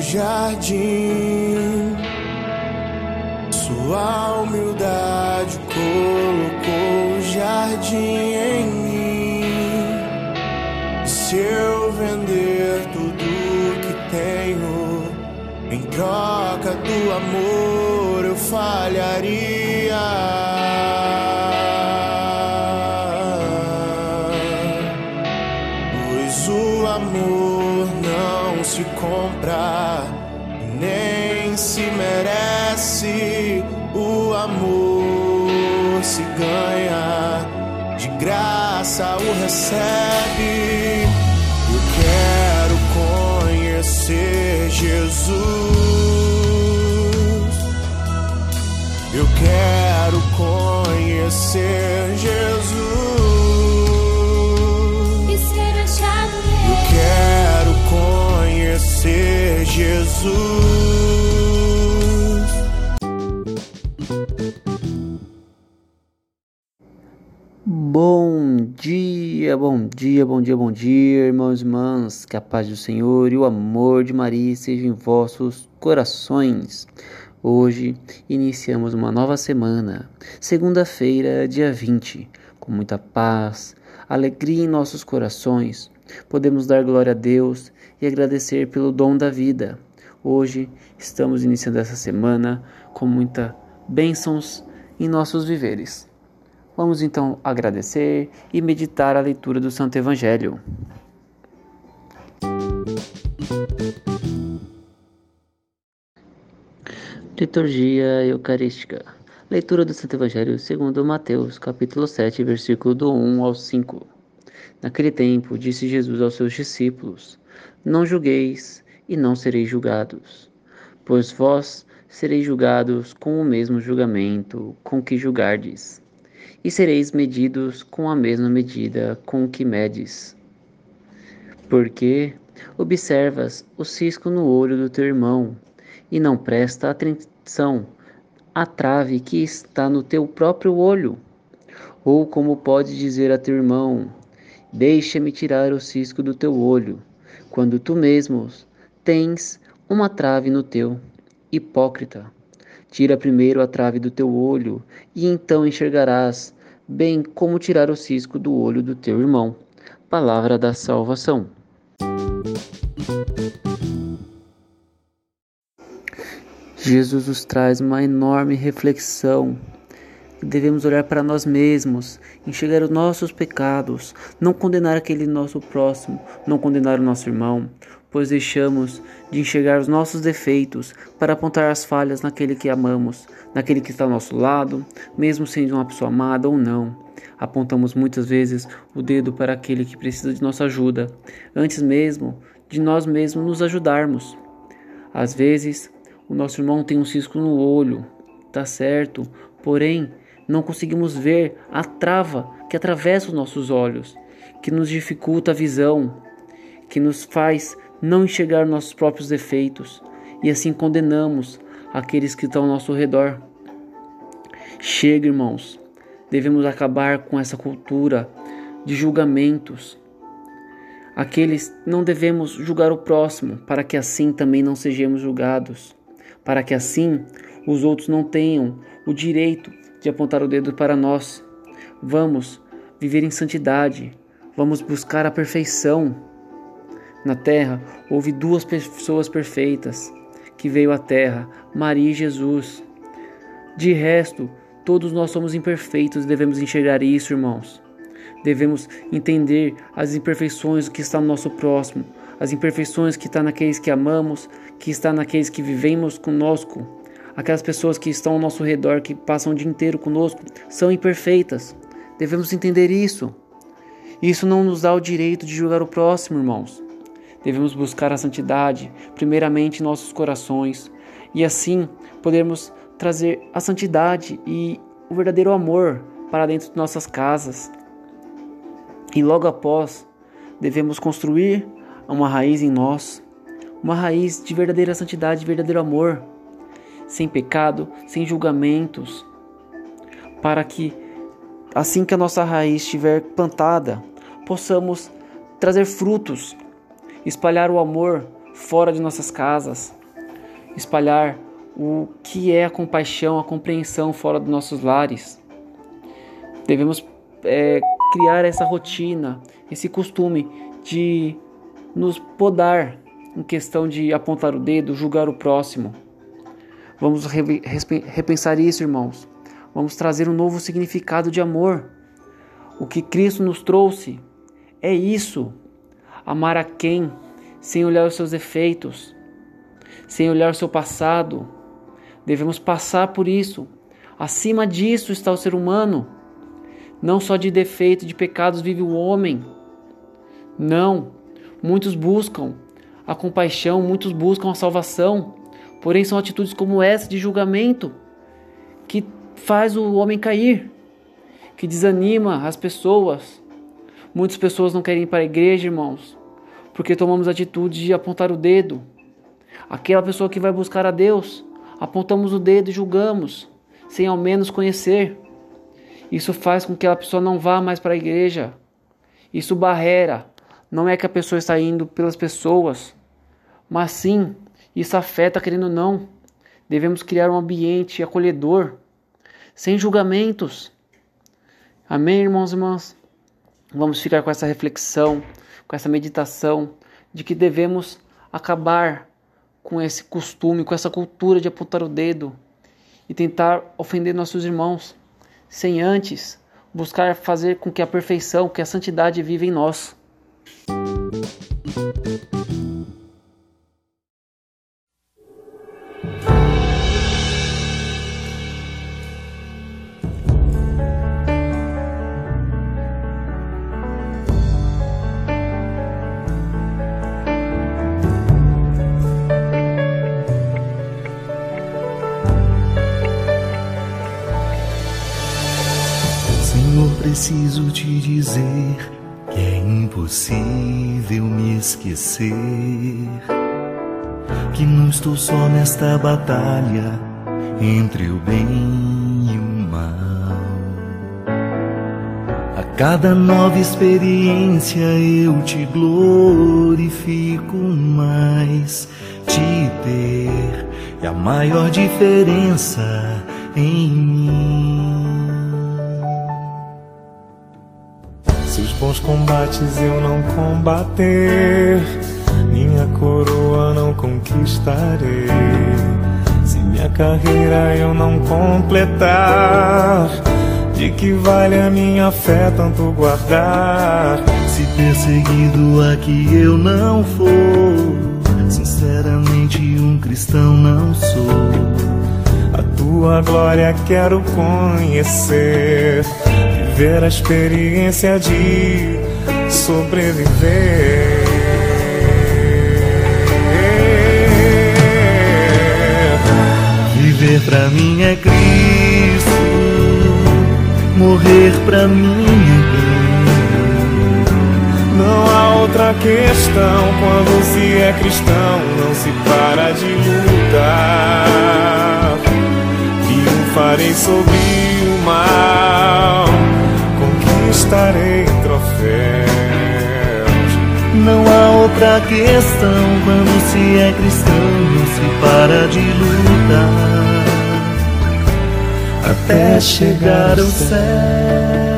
jardim. Sua humildade colocou o jardim em mim. Se eu vender tudo que tenho em troca do amor, eu falharia. Pois o amor não se compra, nem se merece. O amor se ganha, de graça o recebe. Eu quero conhecer Jesus. Eu quero conhecer Jesus. E ser achado nele. Eu quero conhecer Jesus. Bom dia, irmãos e irmãs. Que a paz do Senhor e o amor de Maria sejam em vossos corações. Hoje iniciamos uma nova semana, segunda-feira, dia 20, com muita paz, alegria em nossos corações. Podemos dar glória a Deus e agradecer pelo dom da vida. Hoje estamos iniciando essa semana com muitas bênçãos em nossos viveres. Vamos então agradecer e meditar a leitura do Santo Evangelho. Liturgia Eucarística. Leitura do Santo Evangelho segundo Mateus, capítulo 7, versículo do 1 ao 5. Naquele tempo, disse Jesus aos seus discípulos: Não julgueis e não sereis julgados, pois vós sereis julgados com o mesmo julgamento com que julgardes, e sereis medidos com a mesma medida com que medes. Porque observas o cisco no olho do teu irmão, e não presta atenção à trave que está no teu próprio olho? Ou como pode dizer a teu irmão: Deixa-me tirar o cisco do teu olho, quando tu mesmo tens uma trave no teu? Hipócrita! Tira primeiro a trave do teu olho, e então enxergarás bem como tirar o cisco do olho do teu irmão. Palavra da salvação. Jesus nos traz uma enorme reflexão. Devemos olhar para nós mesmos, enxergar os nossos pecados, não condenar aquele nosso próximo, não condenar o nosso irmão, pois deixamos de enxergar os nossos defeitos para apontar as falhas naquele que amamos, naquele que está ao nosso lado, mesmo sendo uma pessoa amada ou não. Apontamos muitas vezes o dedo para aquele que precisa de nossa ajuda, antes mesmo de nós mesmos nos ajudarmos. Às vezes, o nosso irmão tem um cisco no olho, tá certo, porém, não conseguimos ver a trava que atravessa os nossos olhos, que nos dificulta a visão, que nos faz não enxergar nossos próprios defeitos, e assim condenamos aqueles que estão ao nosso redor. Chega, irmãos, devemos acabar com essa cultura de julgamentos. Não devemos julgar o próximo, para que assim também não sejamos julgados, para que assim os outros não tenham o direito de apontar o dedo para nós. Vamos viver em santidade, vamos buscar a perfeição. Na terra houve duas pessoas perfeitas que veio à terra, Maria e Jesus. De resto, todos nós somos imperfeitos e devemos enxergar isso, irmãos. Devemos entender as imperfeições que estão no nosso próximo, as imperfeições que estão naqueles que amamos, que estão naqueles que vivemos conosco. Aquelas pessoas que estão ao nosso redor, que passam o dia inteiro conosco, são imperfeitas. Devemos entender isso. Isso não nos dá o direito de julgar o próximo, irmãos. Devemos buscar a santidade, primeiramente em nossos corações, e assim podermos trazer a santidade e o verdadeiro amor para dentro de nossas casas. E logo após, devemos construir uma raiz em nós, uma raiz de verdadeira santidade, de verdadeiro amor, sem pecado, sem julgamentos, para que, assim que a nossa raiz estiver plantada, possamos trazer frutos, espalhar o amor fora de nossas casas, espalhar o que é a compaixão, a compreensão fora dos nossos lares. Devemos criar essa rotina, esse costume de nos podar em questão de apontar o dedo, julgar o próximo. Vamos repensar isso, irmãos. Vamos trazer um novo significado de amor. O que Cristo nos trouxe é isso. Amar a quem, sem olhar os seus defeitos, sem olhar o seu passado. Devemos passar por isso. Acima disso está o ser humano. Não só de defeito, de pecados vive o homem. Não. Muitos buscam a compaixão, muitos buscam a salvação. Porém, são atitudes como essa de julgamento que faz o homem cair, que desanima as pessoas. Muitas pessoas não querem ir para a igreja, irmãos, porque tomamos a atitude de apontar o dedo. Aquela pessoa que vai buscar a Deus, apontamos o dedo e julgamos, sem ao menos conhecer. Isso faz com que a pessoa não vá mais para a igreja. Isso barreira. Não é que a pessoa está indo pelas pessoas, mas sim, isso afeta, querendo ou não. Devemos criar um ambiente acolhedor, sem julgamentos. Amém, irmãos e irmãs? Vamos ficar com essa reflexão, com essa meditação, de que devemos acabar com esse costume, com essa cultura de apontar o dedo e tentar ofender nossos irmãos, sem antes buscar fazer com que a perfeição, que a santidade viva em nós. Preciso te dizer que é impossível me esquecer, que não estou só nesta batalha entre o bem e o mal. A cada nova experiência eu te glorifico mais. Te ter é a maior diferença em mim. Se os bons combates eu não combater, minha coroa não conquistarei. Se minha carreira eu não completar, de que vale a minha fé tanto guardar? Se perseguido aqui eu não for, sinceramente um cristão não sou. A tua glória quero conhecer, viver a experiência de sobreviver. Viver pra mim é Cristo, morrer pra mim é bem. Não há outra questão, quando se é cristão não se para de lutar. Triunfarei sobre o mal, conquistarei troféus. Não há outra questão, quando se é cristão não se para de lutar até chegar ao céu.